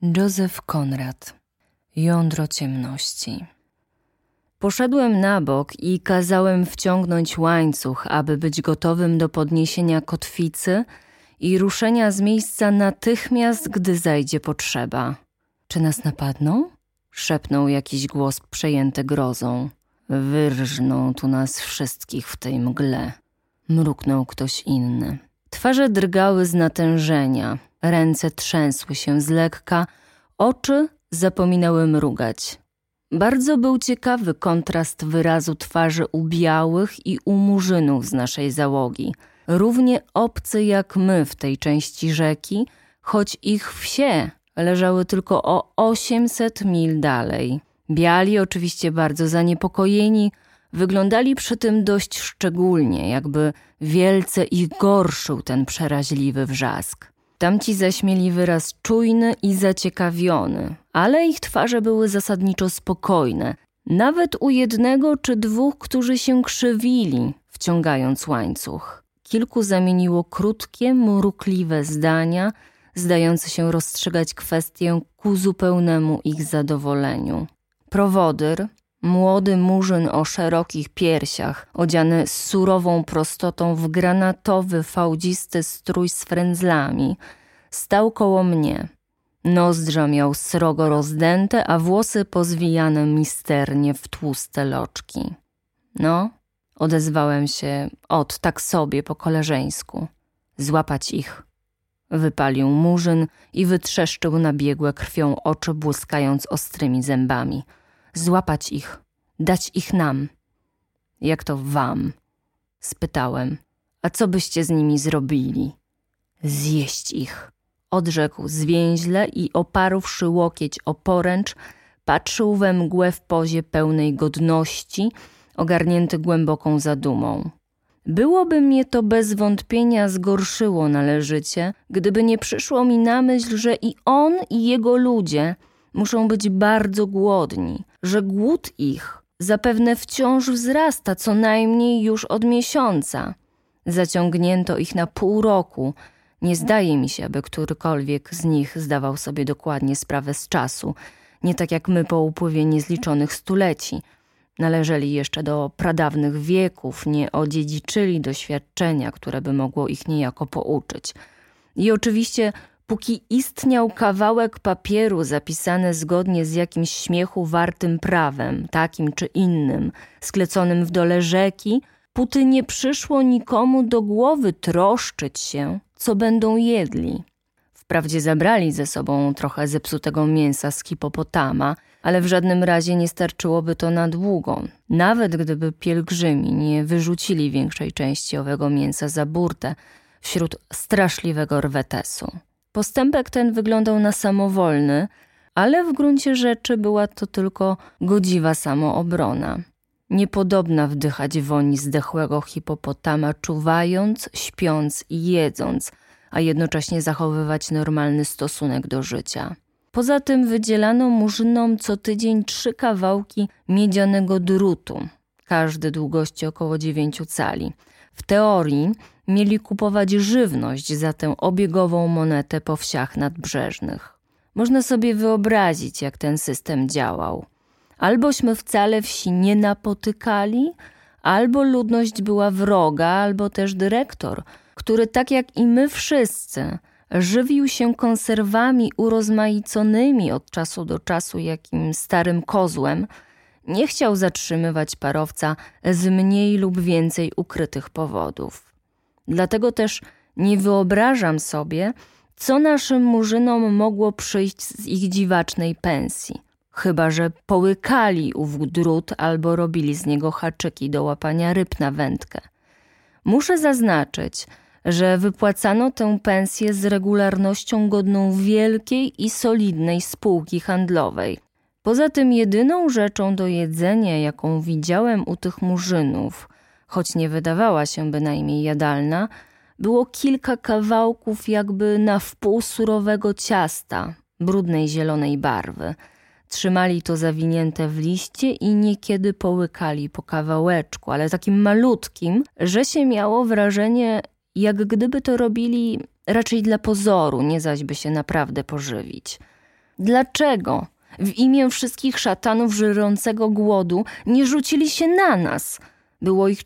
Józef Konrad. Jądro ciemności. Poszedłem na bok i kazałem wciągnąć łańcuch, aby być gotowym do podniesienia kotwicy i ruszenia z miejsca natychmiast, gdy zajdzie potrzeba. Czy nas napadną? Szepnął jakiś głos przejęty grozą. Wyrżną tu nas wszystkich w tej mgle. Mruknął ktoś inny. Twarze drgały z natężenia, ręce trzęsły się z lekka, oczy zapominały mrugać. Bardzo był ciekawy kontrast wyrazu twarzy u białych i u murzynów z naszej załogi, równie obcy jak my w tej części rzeki, choć ich wsie leżały tylko o 800 mil dalej. Biali, oczywiście bardzo zaniepokojeni, wyglądali przy tym dość szczególnie, jakby wielce ich gorszył ten przeraźliwy wrzask. Tamci zaś mieli wyraz czujny i zaciekawiony, ale ich twarze były zasadniczo spokojne, nawet u jednego czy dwóch, którzy się krzywili, wciągając łańcuch. Kilku zamieniło krótkie, mrukliwe zdania, zdające się rozstrzygać kwestię ku zupełnemu ich zadowoleniu. Prowodyr, młody murzyn o szerokich piersiach, odziany z surową prostotą w granatowy, fałdzisty strój z frędzlami, stał koło mnie. Nozdrza miał srogo rozdęte, a włosy pozwijane misternie w tłuste loczki. No, odezwałem się, tak sobie po koleżeńsku. Złapać ich. Wypalił murzyn i wytrzeszczył nabiegłe krwią oczy, błyskając ostrymi zębami. Złapać ich, dać ich nam. Jak to wam? Spytałem. A co byście z nimi zrobili? Zjeść ich. Odrzekł zwięźle i oparłszy łokieć o poręcz, patrzył we mgłę w pozie pełnej godności, ogarnięty głęboką zadumą. Byłoby mnie to bez wątpienia zgorszyło należycie, gdyby nie przyszło mi na myśl, że i on, i jego ludzie muszą być bardzo głodni, że głód ich zapewne wciąż wzrasta co najmniej już od miesiąca. Zaciągnięto ich na pół roku. Nie zdaje mi się, aby którykolwiek z nich zdawał sobie dokładnie sprawę z czasu, nie tak jak my po upływie niezliczonych stuleci. Należeli jeszcze do pradawnych wieków, nie odziedziczyli doświadczenia, które by mogło ich niejako pouczyć. I oczywiście póki istniał kawałek papieru zapisany zgodnie z jakimś śmiechu wartym prawem, takim czy innym, skleconym w dole rzeki, póty nie przyszło nikomu do głowy troszczyć się, co będą jedli. Wprawdzie zabrali ze sobą trochę zepsutego mięsa z hipopotama, ale w żadnym razie nie starczyłoby to na długo, nawet gdyby pielgrzymi nie wyrzucili większej części owego mięsa za burtę wśród straszliwego rwetesu. Postępek ten wyglądał na samowolny, ale w gruncie rzeczy była to tylko godziwa samoobrona. Niepodobna wdychać woni zdechłego hipopotama, czuwając, śpiąc i jedząc, a jednocześnie zachowywać normalny stosunek do życia. Poza tym wydzielano murzynom co tydzień 3 kawałki miedzianego drutu, każdy długości około 9 cali. W teorii mieli kupować żywność za tę obiegową monetę po wsiach nadbrzeżnych. Można sobie wyobrazić, jak ten system działał. Albośmy wcale wsi nie napotykali, albo ludność była wroga, albo też dyrektor, który tak jak i my wszyscy żywił się konserwami urozmaiconymi od czasu do czasu jakim starym kozłem, nie chciał zatrzymywać parowca z mniej lub więcej ukrytych powodów. Dlatego też nie wyobrażam sobie, co naszym murzynom mogło przyjść z ich dziwacznej pensji, chyba że połykali ów drut albo robili z niego haczyki do łapania ryb na wędkę. Muszę zaznaczyć, że wypłacano tę pensję z regularnością godną wielkiej i solidnej spółki handlowej. Poza tym jedyną rzeczą do jedzenia, jaką widziałem u tych murzynów, choć nie wydawała się bynajmniej jadalna, było kilka kawałków jakby na wpół surowego ciasta, brudnej zielonej barwy. Trzymali to zawinięte w liście i niekiedy połykali po kawałeczku, ale takim malutkim, że się miało wrażenie, jak gdyby to robili raczej dla pozoru, nie zaś by się naprawdę pożywić. Dlaczego w imię wszystkich szatanów żyrącego głodu nie rzucili się na nas? Było ich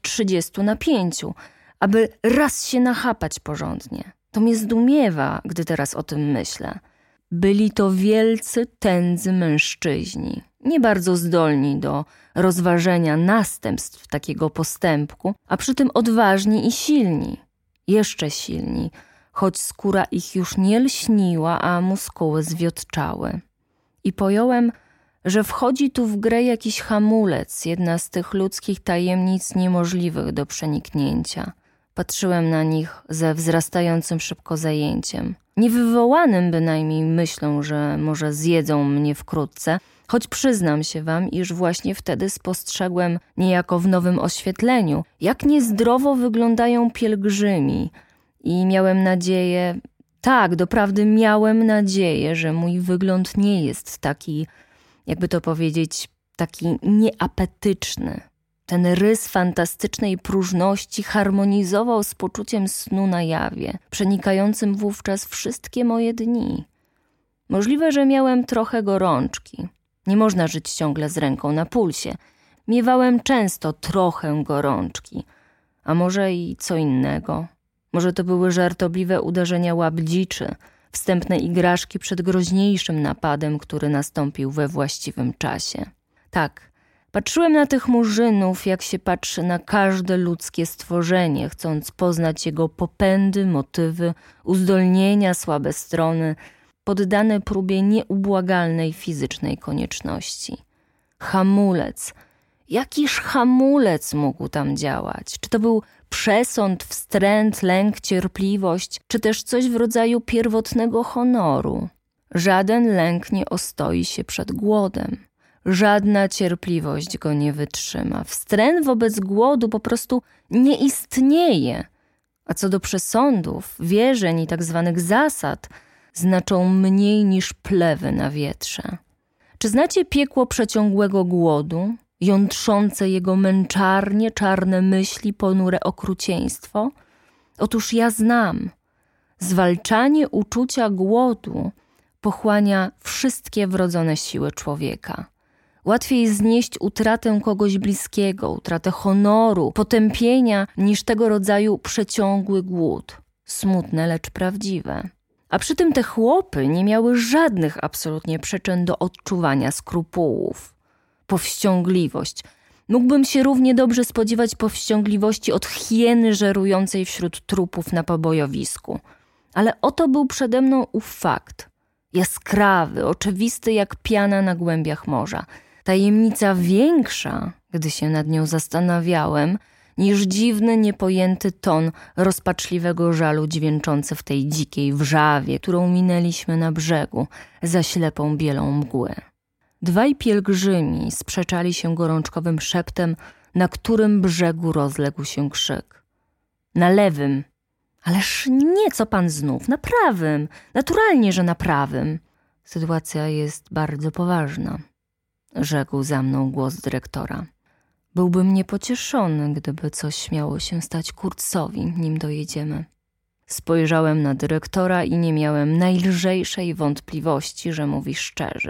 35, aby raz się nachapać porządnie. To mnie zdumiewa, gdy teraz o tym myślę. Byli to wielcy, tędzy mężczyźni, nie bardzo zdolni do rozważenia następstw takiego postępku, a przy tym odważni i silni. Jeszcze silni, choć skóra ich już nie lśniła, a muskuły zwiotczały. I pojąłem, że wchodzi tu w grę jakiś hamulec, jedna z tych ludzkich tajemnic niemożliwych do przeniknięcia. Patrzyłem na nich ze wzrastającym szybko zajęciem. Niewywołanym bynajmniej myślą, że może zjedzą mnie wkrótce, choć przyznam się wam, iż właśnie wtedy spostrzegłem niejako w nowym oświetleniu, jak niezdrowo wyglądają pielgrzymi i miałem nadzieję, tak, doprawdy miałem nadzieję, że mój wygląd nie jest taki, jakby to powiedzieć, taki nieapetyczny. Ten rys fantastycznej próżności harmonizował z poczuciem snu na jawie, przenikającym wówczas wszystkie moje dni. Możliwe, że miałem trochę gorączki. Nie można żyć ciągle z ręką na pulsie. Miewałem często trochę gorączki, a może i co innego. Może to były żartobliwe uderzenia łap dziczy, wstępne igraszki przed groźniejszym napadem, który nastąpił we właściwym czasie. Tak, patrzyłem na tych murzynów, jak się patrzy na każde ludzkie stworzenie, chcąc poznać jego popędy, motywy, uzdolnienia, słabe strony, poddane próbie nieubłagalnej fizycznej konieczności. Hamulec. Jakiż hamulec mógł tam działać? Czy to był przesąd, wstręt, lęk, cierpliwość, czy też coś w rodzaju pierwotnego honoru? Żaden lęk nie ostoi się przed głodem. Żadna cierpliwość go nie wytrzyma. Wstręt wobec głodu po prostu nie istnieje. A co do przesądów, wierzeń i tak zwanych zasad, znaczą mniej niż plewy na wietrze. Czy znacie piekło przeciągłego głodu, jątrzące jego męczarnie, czarne myśli, ponure okrucieństwo? Otóż ja znam. Zwalczanie uczucia głodu pochłania wszystkie wrodzone siły człowieka. Łatwiej znieść utratę kogoś bliskiego, utratę honoru, potępienia, niż tego rodzaju przeciągły głód. Smutne, lecz prawdziwe. A przy tym te chłopy nie miały żadnych absolutnie przyczyn do odczuwania skrupułów. Powściągliwość. Mógłbym się równie dobrze spodziewać powściągliwości od hieny żerującej wśród trupów na pobojowisku. Ale oto był przede mną ów fakt. Jaskrawy, oczywisty jak piana na głębiach morza. Tajemnica większa, gdy się nad nią zastanawiałem, niż dziwny, niepojęty ton rozpaczliwego żalu dźwięczący w tej dzikiej wrzawie, którą minęliśmy na brzegu za ślepą bielą mgły. Dwaj pielgrzymi sprzeczali się gorączkowym szeptem, na którym brzegu rozległ się krzyk. Na lewym. Ależ nie, co pan znów? Na prawym. Naturalnie, że na prawym. Sytuacja jest bardzo poważna, rzekł za mną głos dyrektora. Byłbym niepocieszony, gdyby coś miało się stać Kurtzowi, nim dojedziemy. Spojrzałem na dyrektora i nie miałem najlżejszej wątpliwości, że mówi szczerze.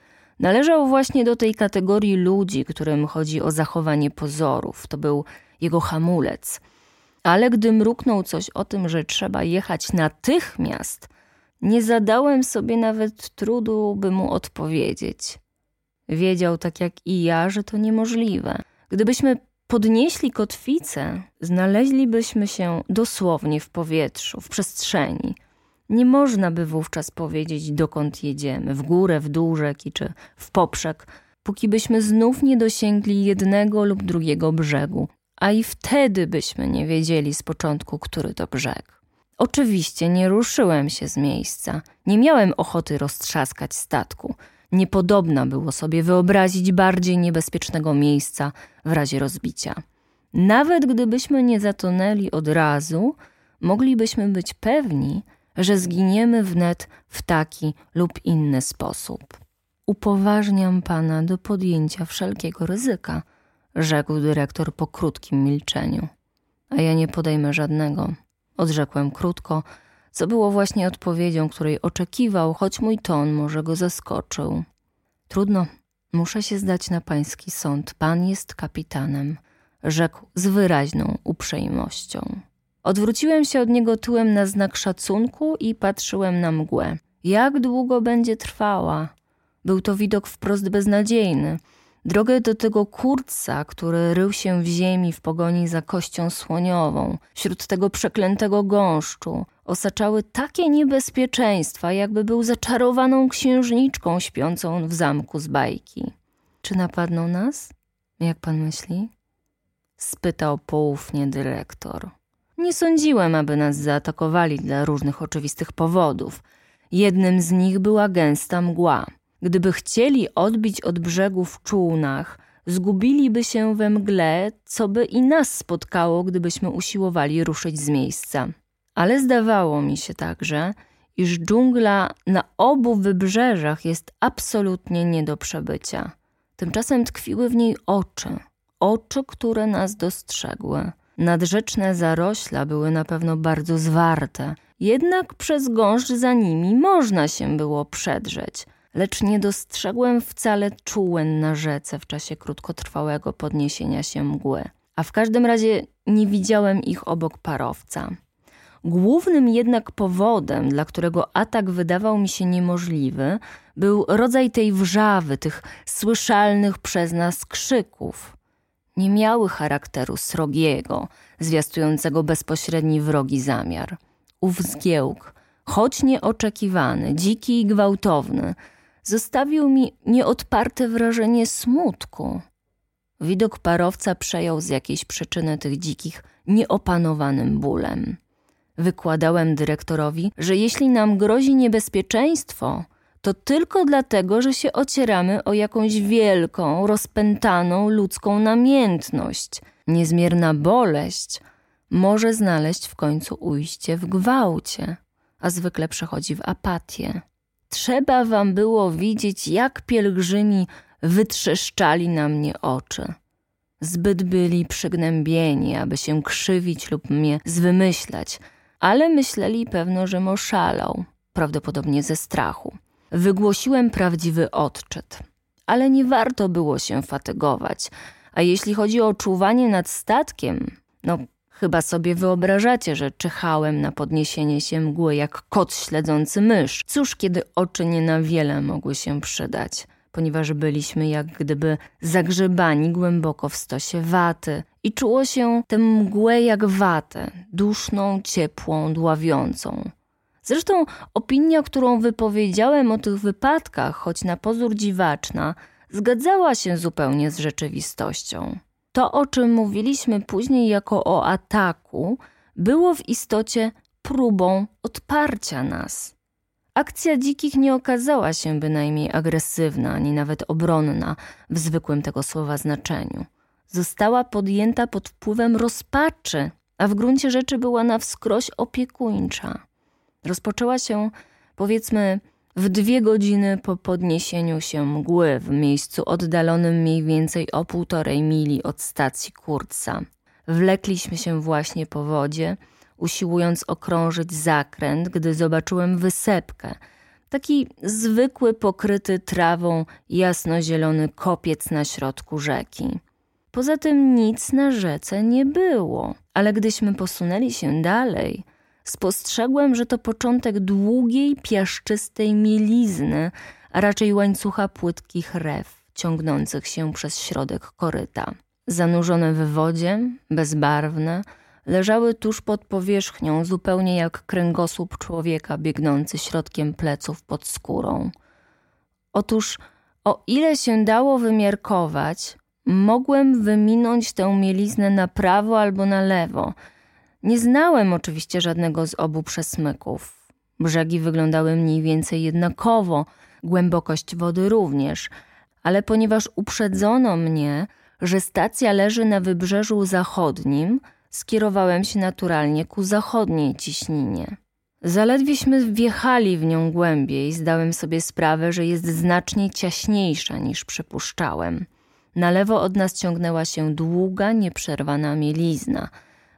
Należał właśnie do tej kategorii ludzi, którym chodzi o zachowanie pozorów. To był jego hamulec. Ale gdy mruknął coś o tym, że trzeba jechać natychmiast, nie zadałem sobie nawet trudu, by mu odpowiedzieć. Wiedział tak jak i ja, że to niemożliwe. Gdybyśmy podnieśli kotwicę, znaleźlibyśmy się dosłownie w powietrzu, w przestrzeni. Nie można by wówczas powiedzieć, dokąd jedziemy, w górę, w dół rzeki czy w poprzek, póki byśmy znów nie dosięgli jednego lub drugiego brzegu, a i wtedy byśmy nie wiedzieli z początku, który to brzeg. Oczywiście nie ruszyłem się z miejsca, nie miałem ochoty roztrzaskać statku. Niepodobna było sobie wyobrazić bardziej niebezpiecznego miejsca w razie rozbicia. Nawet gdybyśmy nie zatonęli od razu, moglibyśmy być pewni, że zginiemy wnet w taki lub inny sposób. Upoważniam pana do podjęcia wszelkiego ryzyka, rzekł dyrektor po krótkim milczeniu. A ja nie podejmę żadnego, odrzekłem krótko, co było właśnie odpowiedzią, której oczekiwał, choć mój ton może go zaskoczył. Trudno, muszę się zdać na pański sąd. Pan jest kapitanem, rzekł z wyraźną uprzejmością. Odwróciłem się od niego tyłem na znak szacunku i patrzyłem na mgłę. Jak długo będzie trwała? Był to widok wprost beznadziejny. Drogę do tego kurca, który rył się w ziemi w pogoni za kością słoniową, wśród tego przeklętego gąszczu, osaczały takie niebezpieczeństwa, jakby był zaczarowaną księżniczką śpiącą w zamku z bajki. Czy napadną nas? Jak pan myśli? Spytał poufnie dyrektor. Nie sądziłem, aby nas zaatakowali dla różnych oczywistych powodów. Jednym z nich była gęsta mgła. Gdyby chcieli odbić od brzegu w czółnach, zgubiliby się we mgle, co by i nas spotkało, gdybyśmy usiłowali ruszyć z miejsca. Ale zdawało mi się także, iż dżungla na obu wybrzeżach jest absolutnie nie do przebycia. Tymczasem tkwiły w niej oczy, które nas dostrzegły. Nadrzeczne zarośla były na pewno bardzo zwarte, jednak przez gąszcz za nimi można się było przedrzeć, lecz nie dostrzegłem wcale czółen na rzece w czasie krótkotrwałego podniesienia się mgły, a w każdym razie nie widziałem ich obok parowca. Głównym jednak powodem, dla którego atak wydawał mi się niemożliwy, był rodzaj tej wrzawy, tych słyszalnych przez nas krzyków. Nie miały charakteru srogiego, zwiastującego bezpośredni wrogi zamiar. Ów zgiełk, choć nieoczekiwany, dziki i gwałtowny, zostawił mi nieodparte wrażenie smutku. Widok parowca przejął z jakiejś przyczyny tych dzikich nieopanowanym bólem. Wykładałem dyrektorowi, że jeśli nam grozi niebezpieczeństwo, to tylko dlatego, że się ocieramy o jakąś wielką, rozpętaną ludzką namiętność. Niezmierna boleść może znaleźć w końcu ujście w gwałcie, a zwykle przechodzi w apatię. Trzeba wam było widzieć, jak pielgrzymi wytrzeszczali na mnie oczy. Zbyt byli przygnębieni, aby się krzywić lub mnie zwymyślać, ale myśleli pewno, że oszalał, prawdopodobnie ze strachu. Wygłosiłem prawdziwy odczyt, ale nie warto było się fatygować, a jeśli chodzi o czuwanie nad statkiem, chyba sobie wyobrażacie, że czyhałem na podniesienie się mgły jak kot śledzący mysz. Cóż, kiedy oczy nie na wiele mogły się przydać, ponieważ byliśmy jak gdyby zagrzebani głęboko w stosie waty i czuło się tę mgłę jak watę, duszną, ciepłą, dławiącą. Zresztą opinia, którą wypowiedziałem o tych wypadkach, choć na pozór dziwaczna, zgadzała się zupełnie z rzeczywistością. To, o czym mówiliśmy później jako o ataku, było w istocie próbą odparcia nas. Akcja dzikich nie okazała się bynajmniej agresywna, ani nawet obronna w zwykłym tego słowa znaczeniu. Została podjęta pod wpływem rozpaczy, a w gruncie rzeczy była na wskroś opiekuńcza. Rozpoczęła się, powiedzmy, w 2 godziny po podniesieniu się mgły w miejscu oddalonym mniej więcej o 1,5 mili od stacji Kurca. Wlekliśmy się właśnie po wodzie, usiłując okrążyć zakręt, gdy zobaczyłem wysepkę. Taki zwykły, pokryty trawą, jasnozielony kopiec na środku rzeki. Poza tym nic na rzece nie było, ale gdyśmy posunęli się dalej, spostrzegłem, że to początek długiej, piaszczystej mielizny, a raczej łańcucha płytkich rew, ciągnących się przez środek koryta. Zanurzone w wodzie, bezbarwne, leżały tuż pod powierzchnią, zupełnie jak kręgosłup człowieka biegnący środkiem pleców pod skórą. Otóż, o ile się dało wymiarkować, mogłem wyminąć tę mieliznę na prawo albo na lewo. Nie znałem oczywiście żadnego z obu przesmyków. Brzegi wyglądały mniej więcej jednakowo, głębokość wody również, ale ponieważ uprzedzono mnie, że stacja leży na wybrzeżu zachodnim, skierowałem się naturalnie ku zachodniej ciśninie. Zaledwieśmy wjechali w nią głębiej, zdałem sobie sprawę, że jest znacznie ciaśniejsza niż przypuszczałem. Na lewo od nas ciągnęła się długa, nieprzerwana mielizna,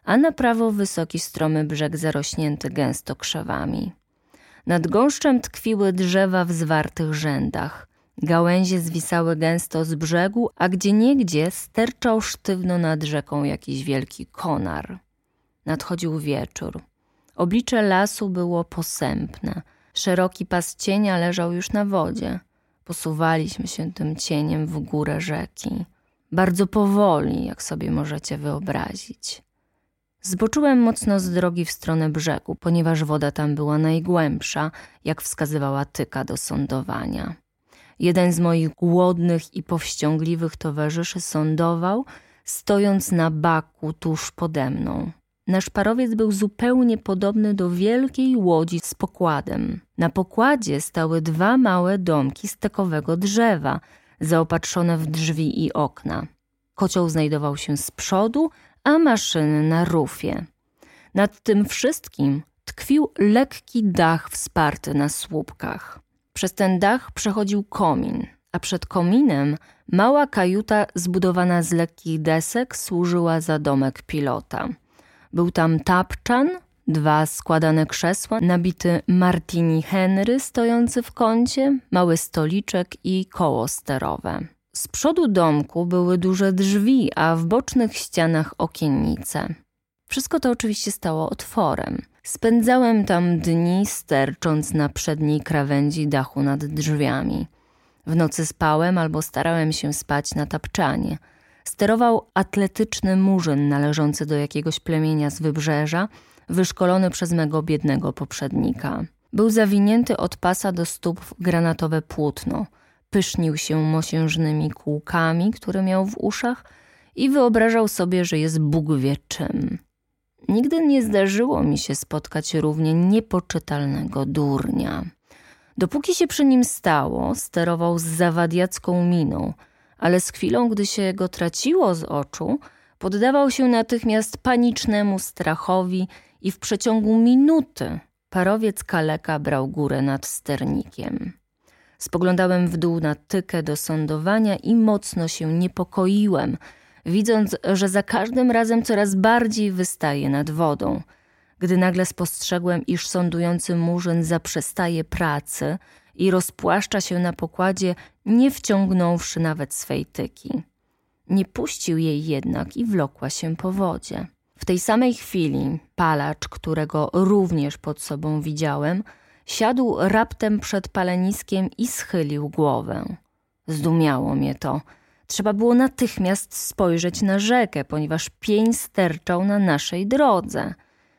a na prawo wysoki stromy brzeg zarośnięty gęsto krzewami. Nad gąszczem tkwiły drzewa w zwartych rzędach. Gałęzie zwisały gęsto z brzegu, a gdzieniegdzie sterczał sztywno nad rzeką jakiś wielki konar. Nadchodził wieczór. Oblicze lasu było posępne. Szeroki pas cienia leżał już na wodzie. Posuwaliśmy się tym cieniem w górę rzeki. Bardzo powoli, jak sobie możecie wyobrazić. Zboczyłem mocno z drogi w stronę brzegu, ponieważ woda tam była najgłębsza, jak wskazywała tyka do sądowania. Jeden z moich głodnych i powściągliwych towarzyszy sądował, stojąc na baku tuż pode mną. Nasz parowiec był zupełnie podobny do wielkiej łodzi z pokładem. Na pokładzie stały 2 małe domki z tekowego drzewa, zaopatrzone w drzwi i okna. Kocioł znajdował się z przodu, a maszyny na rufie. Nad tym wszystkim tkwił lekki dach wsparty na słupkach. Przez ten dach przechodził komin, a przed kominem mała kajuta zbudowana z lekkich desek służyła za domek pilota. Był tam tapczan, 2 składane krzesła, nabity Martini Henry stojący w kącie, mały stoliczek i koło sterowe. Z przodu domku były duże drzwi, a w bocznych ścianach okiennice. Wszystko to oczywiście stało otworem. Spędzałem tam dni, stercząc na przedniej krawędzi dachu nad drzwiami. W nocy spałem albo starałem się spać na tapczanie. Sterował atletyczny murzyn należący do jakiegoś plemienia z wybrzeża, wyszkolony przez mego biednego poprzednika. Był zawinięty od pasa do stóp w granatowe płótno. Pysznił się mosiężnymi kółkami, które miał w uszach i wyobrażał sobie, że jest Bóg wie czym. Nigdy nie zdarzyło mi się spotkać równie niepoczytalnego durnia. Dopóki się przy nim stało, sterował z zawadiacką miną, ale z chwilą, gdy się go traciło z oczu, poddawał się natychmiast panicznemu strachowi i w przeciągu minuty parowiec kaleka brał górę nad sternikiem. Spoglądałem w dół na tykę do sądowania i mocno się niepokoiłem, widząc, że za każdym razem coraz bardziej wystaje nad wodą. Gdy nagle spostrzegłem, iż sądujący murzyn zaprzestaje pracy i rozpłaszcza się na pokładzie, nie wciągnąwszy nawet swej tyki. Nie puścił jej jednak i wlokła się po wodzie. W tej samej chwili palacz, którego również pod sobą widziałem, siadł raptem przed paleniskiem i schylił głowę. Zdumiało mnie to. Trzeba było natychmiast spojrzeć na rzekę, ponieważ pień sterczał na naszej drodze.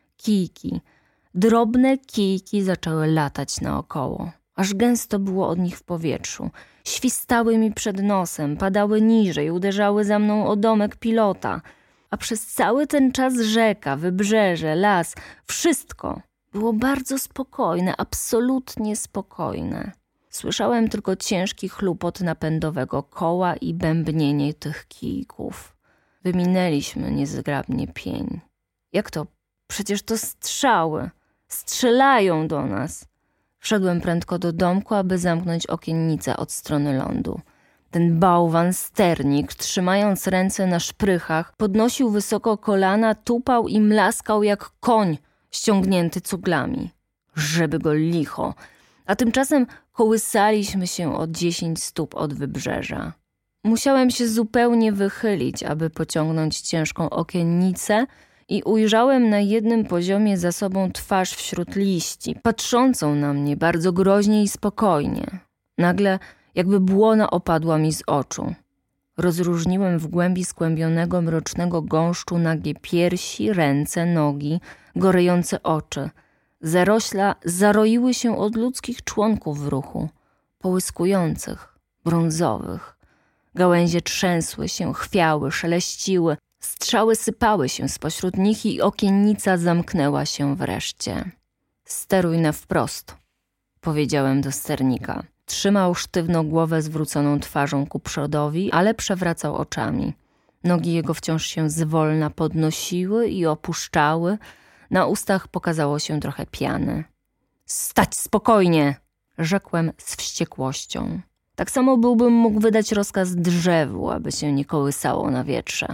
Kijki, drobne kijki zaczęły latać naokoło. Aż gęsto było od nich w powietrzu. Świstały mi przed nosem, padały niżej, uderzały za mną o domek pilota. A przez cały ten czas rzeka, wybrzeże, las, wszystko było bardzo spokojne, absolutnie spokojne. Słyszałem tylko ciężki chlupot napędowego koła i bębnienie tych kijków. Wyminęliśmy niezgrabnie pień. Jak to? Przecież to strzały. Strzelają do nas. Wszedłem prędko do domku, aby zamknąć okiennicę od strony lądu. Ten bałwan, sternik, trzymając ręce na szprychach, podnosił wysoko kolana, tupał i mlaskał jak koń ściągnięty cuglami. Żeby go licho. A tymczasem kołysaliśmy się o 10 stóp od wybrzeża. Musiałem się zupełnie wychylić, aby pociągnąć ciężką okiennicę i ujrzałem na jednym poziomie za sobą twarz wśród liści, patrzącą na mnie bardzo groźnie i spokojnie. Nagle jakby błona opadła mi z oczu. Rozróżniłem w głębi skłębionego, mrocznego gąszczu nagie piersi, ręce, nogi, gorejące oczy. Zarośla zaroiły się od ludzkich członków w ruchu, połyskujących, brązowych. Gałęzie trzęsły się, chwiały, szeleściły, strzały sypały się spośród nich i okiennica zamknęła się wreszcie. Steruj na wprost, powiedziałem do sternika. Trzymał sztywno głowę zwróconą twarzą ku przodowi, ale przewracał oczami. Nogi jego wciąż się zwolna podnosiły i opuszczały. Na ustach pokazało się trochę piany. Stać spokojnie, rzekłem z wściekłością. Tak samo byłbym mógł wydać rozkaz drzewu, aby się nie kołysało na wietrze.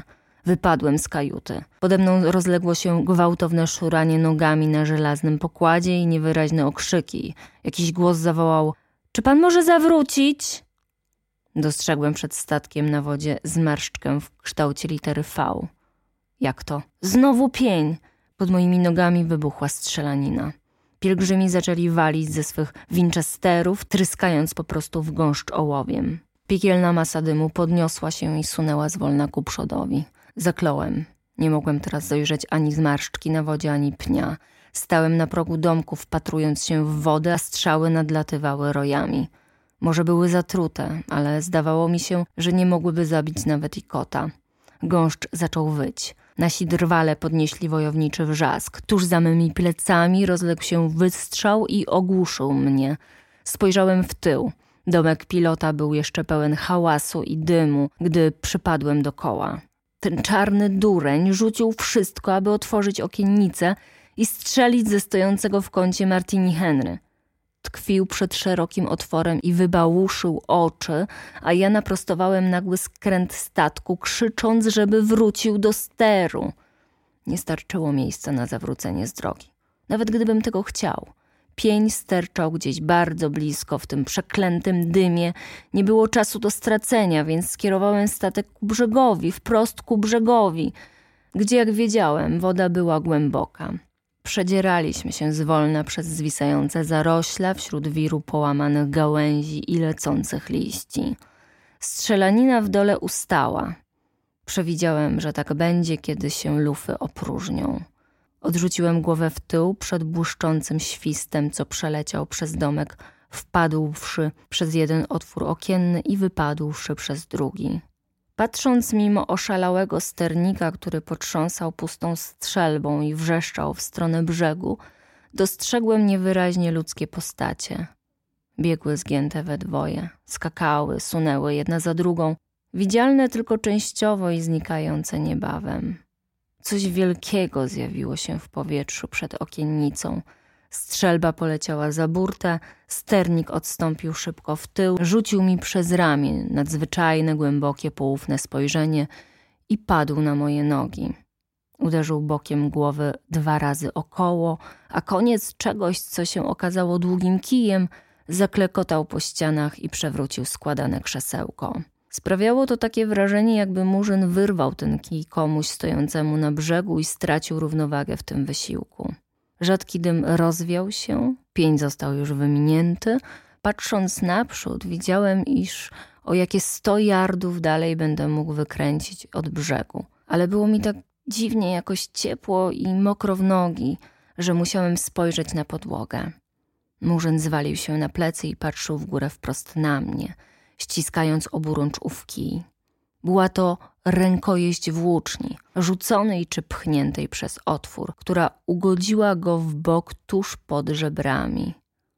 Wypadłem z kajuty. Pode mną rozległo się gwałtowne szuranie nogami na żelaznym pokładzie i niewyraźne okrzyki. Jakiś głos zawołał: czy pan może zawrócić? Dostrzegłem przed statkiem na wodzie zmarszczkę w kształcie litery V. Jak to? Znowu pień! Pod moimi nogami wybuchła strzelanina. Pielgrzymi zaczęli walić ze swych winchesterów, tryskając po prostu w gąszcz ołowiem. Piekielna masa dymu podniosła się i sunęła zwolna ku przodowi. Zakląłem. Nie mogłem teraz dojrzeć ani zmarszczki na wodzie, ani pnia. Stałem na progu domku, wpatrując się w wodę, a strzały nadlatywały rojami. Może były zatrute, ale zdawało mi się, że nie mogłyby zabić nawet i kota. Gąszcz zaczął wyć. Nasi drwale podnieśli wojowniczy wrzask. Tuż za mymi plecami rozległ się wystrzał i ogłuszył mnie. Spojrzałem w tył. Domek pilota był jeszcze pełen hałasu i dymu, gdy przypadłem do koła. Ten czarny dureń rzucił wszystko, aby otworzyć okiennicę i strzelić ze stojącego w kącie Martini Henry. Tkwił przed szerokim otworem i wybałuszył oczy, a ja naprostowałem nagły skręt statku, krzycząc, żeby wrócił do steru. Nie starczyło miejsca na zawrócenie z drogi, nawet gdybym tego chciał. Pień sterczał gdzieś bardzo blisko, w tym przeklętym dymie. Nie było czasu do stracenia, więc skierowałem statek ku brzegowi, wprost ku brzegowi, gdzie, jak wiedziałem, woda była głęboka. Przedzieraliśmy się zwolna przez zwisające zarośla wśród wiru połamanych gałęzi i lecących liści. Strzelanina w dole ustała. Przewidziałem, że tak będzie, kiedy się lufy opróżnią. Odrzuciłem głowę w tył przed błyszczącym świstem, co przeleciał przez domek, wpadłszy przez jeden otwór okienny i wypadłszy przez drugi. Patrząc mimo oszalałego sternika, który potrząsał pustą strzelbą i wrzeszczał w stronę brzegu, dostrzegłem niewyraźnie ludzkie postacie. Biegły zgięte we dwoje, skakały, sunęły jedna za drugą, widzialne tylko częściowo i znikające niebawem. Coś wielkiego zjawiło się w powietrzu przed okiennicą. Strzelba poleciała za burtę, sternik odstąpił szybko w tył, rzucił mi przez ramię nadzwyczajne, głębokie, poufne spojrzenie i padł na moje nogi. Uderzył bokiem głowy 2 razy około, a koniec czegoś, co się okazało długim kijem, zaklekotał po ścianach i przewrócił składane krzesełko. Sprawiało to takie wrażenie, jakby Murzyn wyrwał ten kij komuś stojącemu na brzegu i stracił równowagę w tym wysiłku. Rzadki dym rozwiał się, pień został już wyminięty. Patrząc naprzód, widziałem, iż o jakie 100 yardów dalej będę mógł wykręcić od brzegu. Ale było mi tak dziwnie jakoś ciepło i mokro w nogi, że musiałem spojrzeć na podłogę. Murzyn zwalił się na plecy i patrzył w górę wprost na mnie, ściskając oburącz ów kij. Była to rękojeść włóczni, rzuconej czy pchniętej przez otwór, która ugodziła go w bok tuż pod żebrami.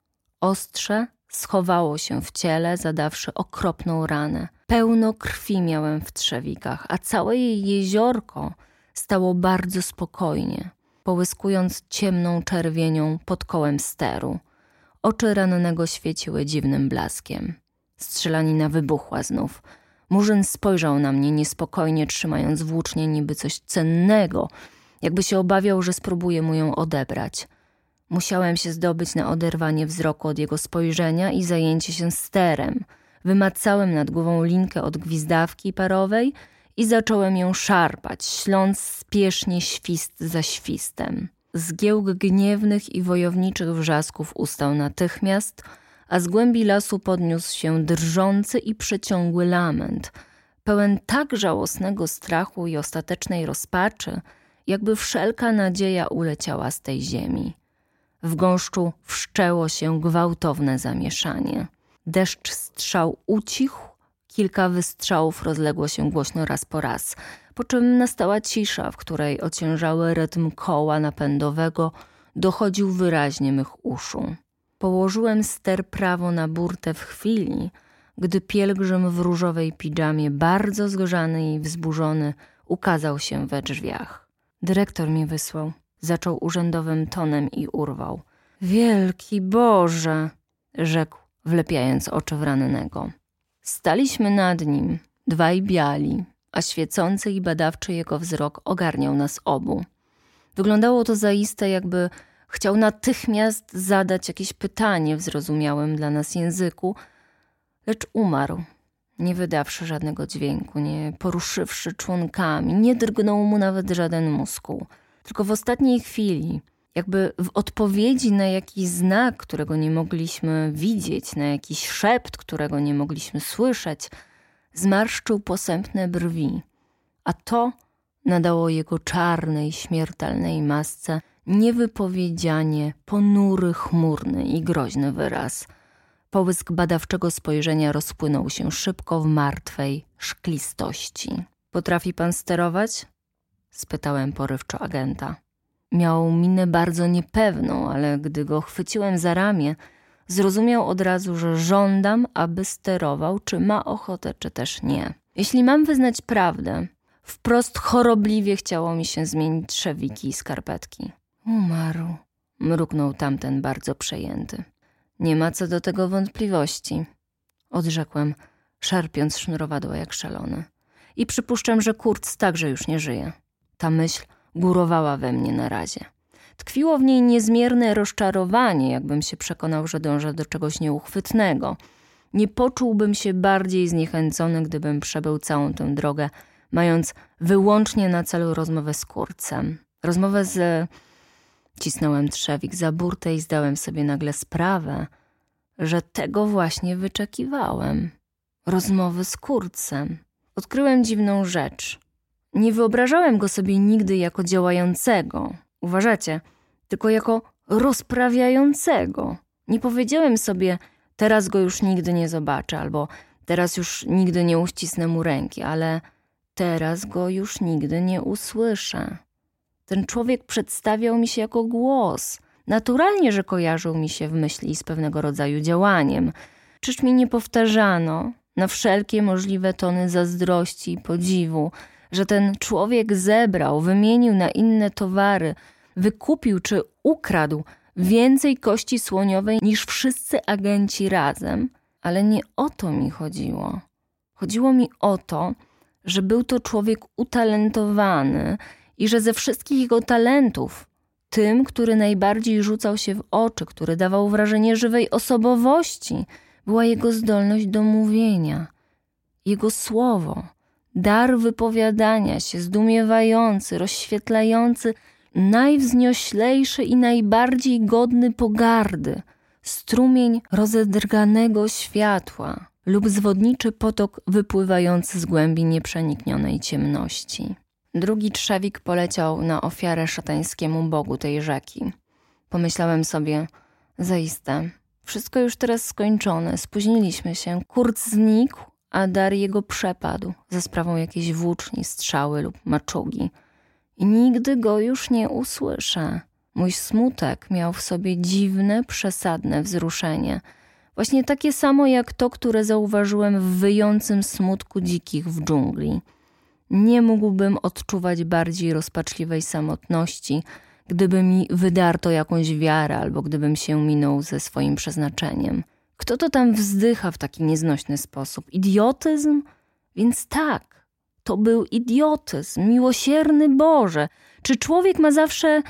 Ostrze schowało się w ciele, zadawszy okropną ranę. Pełno krwi miałem w trzewikach, a całe jej jeziorko stało bardzo spokojnie, połyskując ciemną czerwienią pod kołem steru. Oczy rannego świeciły dziwnym blaskiem. Strzelanina wybuchła znów. Murzyn spojrzał na mnie niespokojnie, trzymając włócznię niby coś cennego, jakby się obawiał, że spróbuję mu ją odebrać. Musiałem się zdobyć na oderwanie wzroku od jego spojrzenia i zajęcie się sterem. Wymacałem nad głową linkę od gwizdawki parowej i zacząłem ją szarpać, śląc spiesznie świst za świstem. Zgiełk gniewnych i wojowniczych wrzasków ustał natychmiast, a z głębi lasu podniósł się drżący i przeciągły lament, pełen tak żałosnego strachu i ostatecznej rozpaczy, jakby wszelka nadzieja uleciała z tej ziemi. W gąszczu wszczęło się gwałtowne zamieszanie. Deszcz strzał ucichł, kilka wystrzałów rozległo się głośno raz po raz, po czym nastała cisza, w której ociężały rytm koła napędowego dochodził wyraźnie mych uszu. Położyłem ster prawo na burtę w chwili, gdy pielgrzym w różowej pidżamie, bardzo zgrzany i wzburzony, ukazał się we drzwiach. Dyrektor mnie wysłał, zaczął urzędowym tonem i urwał. Wielki Boże, rzekł, wlepiając oczy w rannego. Staliśmy nad nim, 2 biali, a świecący i badawczy jego wzrok ogarniał nas obu. Wyglądało to zaiste, jakby chciał natychmiast zadać jakieś pytanie w zrozumiałym dla nas języku, lecz umarł, nie wydawszy żadnego dźwięku, nie poruszywszy członkami, nie drgnął mu nawet żaden muskuł. Tylko w ostatniej chwili, jakby w odpowiedzi na jakiś znak, którego nie mogliśmy widzieć, na jakiś szept, którego nie mogliśmy słyszeć, zmarszczył posępne brwi, a to nadało jego czarnej, śmiertelnej masce niewypowiedzianie ponury, chmurny i groźny wyraz. Połysk badawczego spojrzenia rozpłynął się szybko w martwej szklistości. Potrafi pan sterować? Spytałem porywczo agenta. Miał minę bardzo niepewną, ale gdy go chwyciłem za ramię, zrozumiał od razu, że żądam, aby sterował, czy ma ochotę, czy też nie. Jeśli mam wyznać prawdę, wprost chorobliwie chciało mi się zmienić trzewiki i skarpetki. Umarł, mruknął tamten bardzo przejęty. Nie ma co do tego wątpliwości, odrzekłem, szarpiąc sznurowadło jak szalony. I przypuszczam, że Kurz także już nie żyje. Ta myśl górowała we mnie na razie. Tkwiło w niej niezmierne rozczarowanie, jakbym się przekonał, że dążę do czegoś nieuchwytnego. Nie poczułbym się bardziej zniechęcony, gdybym przebył całą tę drogę, mając wyłącznie na celu rozmowę z Kurzem. Rozmowę z... Cisnąłem trzewik za burtę i zdałem sobie nagle sprawę, że tego właśnie wyczekiwałem. Rozmowy z Kurzem. Odkryłem dziwną rzecz. Nie wyobrażałem go sobie nigdy jako działającego, uważacie, tylko jako rozprawiającego. Nie powiedziałem sobie, teraz go już nigdy nie zobaczę, albo teraz już nigdy nie uścisnę mu ręki, ale teraz go już nigdy nie usłyszę. Ten człowiek przedstawiał mi się jako głos. Naturalnie, że kojarzył mi się w myśli z pewnego rodzaju działaniem. Czyż mi nie powtarzano na wszelkie możliwe tony zazdrości i podziwu, że ten człowiek zebrał, wymienił na inne towary, wykupił czy ukradł więcej kości słoniowej niż wszyscy agenci razem? Ale nie o to mi chodziło. Chodziło mi o to, że był to człowiek utalentowany i że ze wszystkich jego talentów tym, który najbardziej rzucał się w oczy, który dawał wrażenie żywej osobowości, była jego zdolność do mówienia, jego słowo, dar wypowiadania się, zdumiewający, rozświetlający, najwznioślejszy i najbardziej godny pogardy, strumień rozedrganego światła lub zwodniczy potok wypływający z głębi nieprzeniknionej ciemności. Drugi trzewik poleciał na ofiarę szatańskiemu bogu tej rzeki. Pomyślałem sobie, zaiste, wszystko już teraz skończone, spóźniliśmy się, Kurz znikł, a dar jego przepadł za sprawą jakiejś włóczni, strzały lub maczugi. I nigdy go już nie usłyszę. Mój smutek miał w sobie dziwne, przesadne wzruszenie. Właśnie takie samo jak to, które zauważyłem w wyjącym smutku dzikich w dżungli. Nie mógłbym odczuwać bardziej rozpaczliwej samotności, gdyby mi wydarto jakąś wiarę albo gdybym się minął ze swoim przeznaczeniem. Kto to tam wzdycha w taki nieznośny sposób? Idiotyzm? Więc tak, to był idiotyzm, miłosierny Boże. Czy człowiek ma zawsze...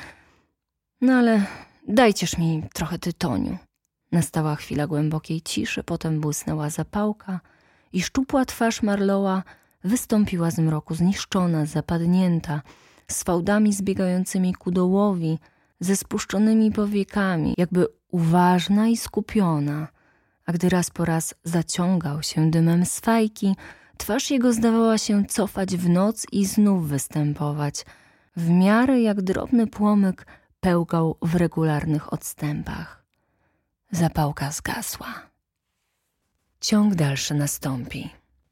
No ale dajcież mi trochę tytoniu. Nastała chwila głębokiej ciszy, potem błysnęła zapałka i szczupła twarz Marlowa wystąpiła z mroku zniszczona, zapadnięta, z fałdami zbiegającymi ku dołowi, ze spuszczonymi powiekami, jakby uważna i skupiona. A gdy raz po raz zaciągał się dymem z fajki, twarz jego zdawała się cofać w noc i znów występować, w miarę jak drobny płomyk pełgał w regularnych odstępach. Zapałka zgasła. Ciąg dalszy nastąpi.